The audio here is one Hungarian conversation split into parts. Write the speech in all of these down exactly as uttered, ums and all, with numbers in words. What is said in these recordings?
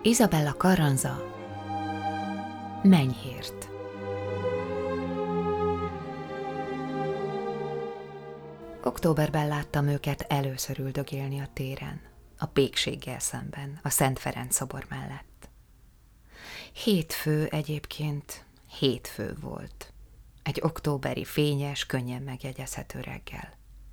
Isabella Carranza, Menyhért. Októberben láttam őket először üldögélni a téren, a pékséggel szemben, a Szent Ferenc szobor mellett. Hétfő egyébként hétfő volt. Egy októberi fényes, könnyen megjegyezhető reggel.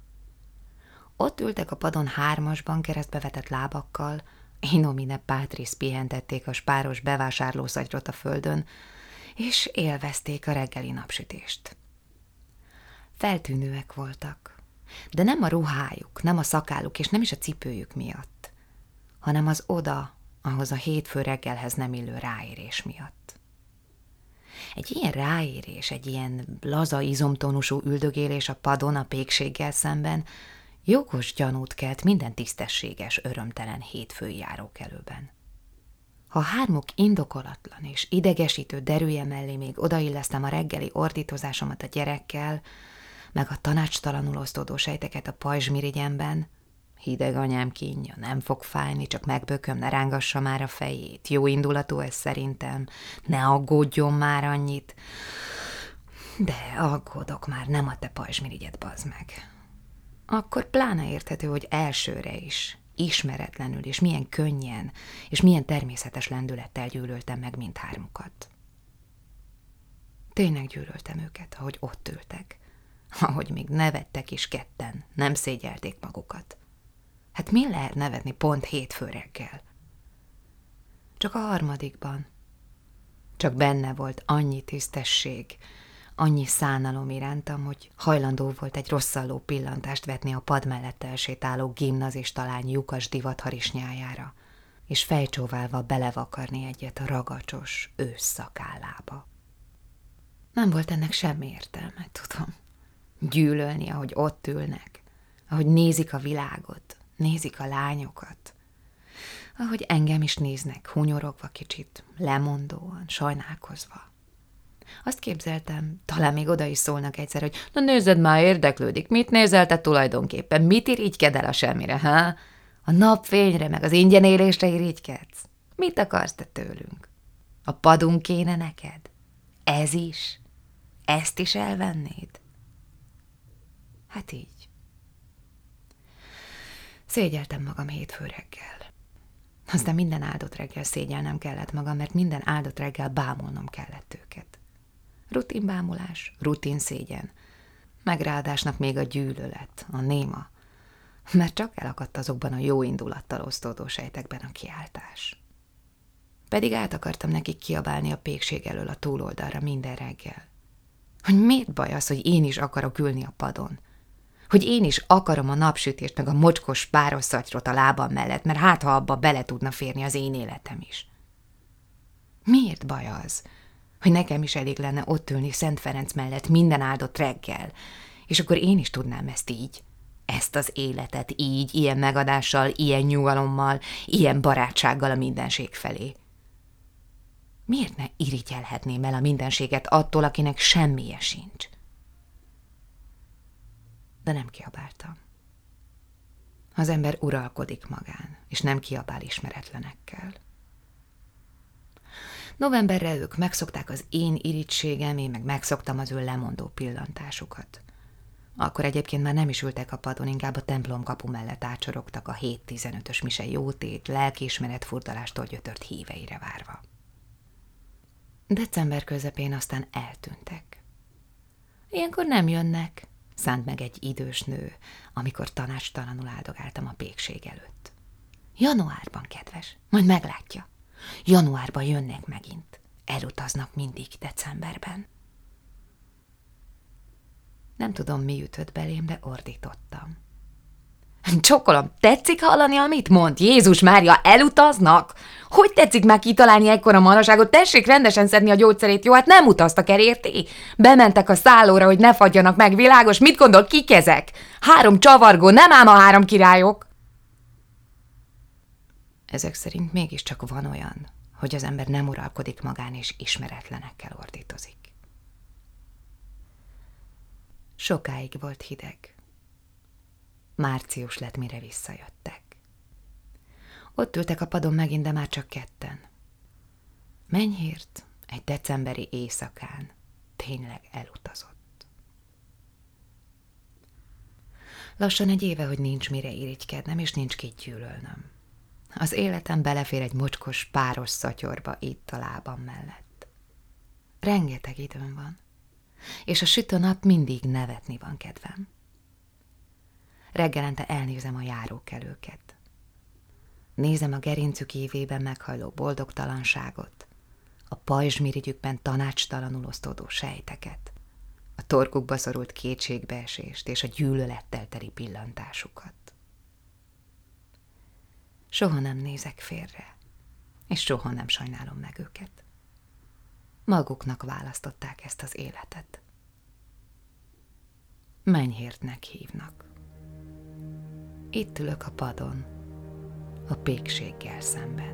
Ott ültek a padon hármasban keresztbevetett lábakkal, inomine patris pihentették a spáros bevásárlószagyrot a földön, és élvezték a reggeli napsütést. Feltűnőek voltak, de nem a ruhájuk, nem a szakáluk és nem is a cipőjük miatt, hanem az oda, ahhoz a hétfő reggelhez nem illő ráérés miatt. Egy ilyen ráérés, egy ilyen laza izomtónusú üldögélés a padon a pékséggel szemben jogos gyanút kelt minden tisztességes, örömtelen hétfői járókelőben. Ha hármuk indokolatlan és idegesítő derűje mellé még odaillesztem a reggeli ordítozásomat a gyerekkel, meg a tanácstalanul osztódó sejteket a pajzsmirigyemben, hideg anyám kínja, nem fog fájni, csak megbököm, ne rángassa már a fejét, jó indulatú ez szerintem, ne aggódjon már annyit, de aggódok már, nem a te pajzsmirigyed, bazd meg. Akkor pláne érthető, hogy elsőre is, ismeretlenül, és milyen könnyen, és milyen természetes lendülettel gyűlöltem meg mindhármukat. Tényleg gyűlöltem őket, ahogy ott ültek, ahogy még nevettek is ketten, nem szégyelték magukat. Hát mi lehet nevetni pont hétfő reggel? Csak a harmadikban. Csak benne volt annyi tisztesség, annyi szánalom irántam, hogy hajlandó volt egy rosszalló pillantást vetni a pad mellett elsétáló gimnazista lány lyukas divatharisnyájára, és fejcsóválva belevakarni egyet a ragacsos ősz szakállába. Nem volt ennek semmi értelme, tudom. Gyűlölni, ahogy ott ülnek, ahogy nézik a világot, nézik a lányokat, ahogy engem is néznek, hunyorogva kicsit, lemondóan, sajnálkozva. Azt képzeltem, talán még oda is szólnak egyszer, hogy na nézed már, érdeklődik, mit nézel te tulajdonképpen, mit irigykedj el a semmire, ha? A napfényre, meg az ingyenélésre irigykedsz? Mit akarsz te tőlünk? A padunk kéne neked? Ez is? Ezt is elvennéd? Hát így. Szégyeltem magam hétfő reggel. Aztán minden áldott reggel szégyelnem kellett magam, mert minden áldott reggel bámulnom kellett őket. Rutin bámulás, rutin szégyen, megrádásnak még a gyűlölet, a néma, mert csak elakadt azokban a jó indulattal osztódó sejtekben a kiáltás. Pedig át akartam nekik kiabálni a pékség elől a túloldalra minden reggel. Hogy miért baj az, hogy én is akarok ülni a padon? Hogy én is akarom a napsütést meg a mocskos páros szatyrot a lábam mellett, mert hát ha abba bele tudna férni az én életem is. Miért baj az, hogy nekem is elég lenne ott ülni Szent Ferenc mellett minden áldott reggel, és akkor én is tudnám ezt így, ezt az életet így, ilyen megadással, ilyen nyugalommal, ilyen barátsággal a mindenség felé. Miért ne irigyelhetném el a mindenséget attól, akinek semmije sincs? De nem kiabáltam. Az ember uralkodik magán, és nem kiabál ismeretlenekkel. Novemberre ők megszokták az én irigységem, én meg megszoktam az ő lemondó pillantásukat. Akkor egyébként már nem is ültek a padon, inkább a templom kapu mellett ácsorogtak a hét tizenötös mise jótét, lelkiismeret furdalástól gyötört híveire várva. December közepén aztán eltűntek. Ilyenkor nem jönnek, szánt meg egy idős nő, amikor tanácstalanul áldogáltam a pékség előtt. Januárban, kedves, majd meglátja. Januárban jönnek megint. Elutaznak mindig decemberben. Nem tudom, mi ütött belém, de ordítottam. Csokolom, tetszik hallani, amit mond? Jézus Mária, elutaznak? Hogy tetszik már kitalálni ekkora maraságot? Tessék rendesen szedni a gyógyszerét, jó? Hát nem utaztak el, érti? Bementek a szállóra, hogy ne fagyjanak meg, világos? Mit gondol, kik ezek? Három csavargó, nem ám a három királyok? Ezek szerint mégiscsak van olyan, hogy az ember nem uralkodik magán és ismeretlenekkel ordítozik. Sokáig volt hideg. Március lett, mire visszajöttek. Ott ültek a padon megint, de már csak ketten. Menyhért egy decemberi éjszakán tényleg elutazott. Lassan egy éve, hogy nincs mire irigykednem, és nincs kit gyűlölnöm. Az életem belefér egy mocskos, páros szatyorba itt a lábam mellett. Rengeteg időm van, és a sütő nap mindig nevetni van kedvem. Reggelente elnézem a járókelőket. Nézem a gerincük évében meghajló boldogtalanságot, a pajzsmirigyükben tanácstalanul osztódó sejteket, a torkukba szorult kétségbeesést és a gyűlölettel teli pillantásukat. Soha nem nézek félre, és soha nem sajnálom meg őket. Maguknak választották ezt az életet. Menyhértnek hívnak. Itt ülök a padon, a pékséggel szemben.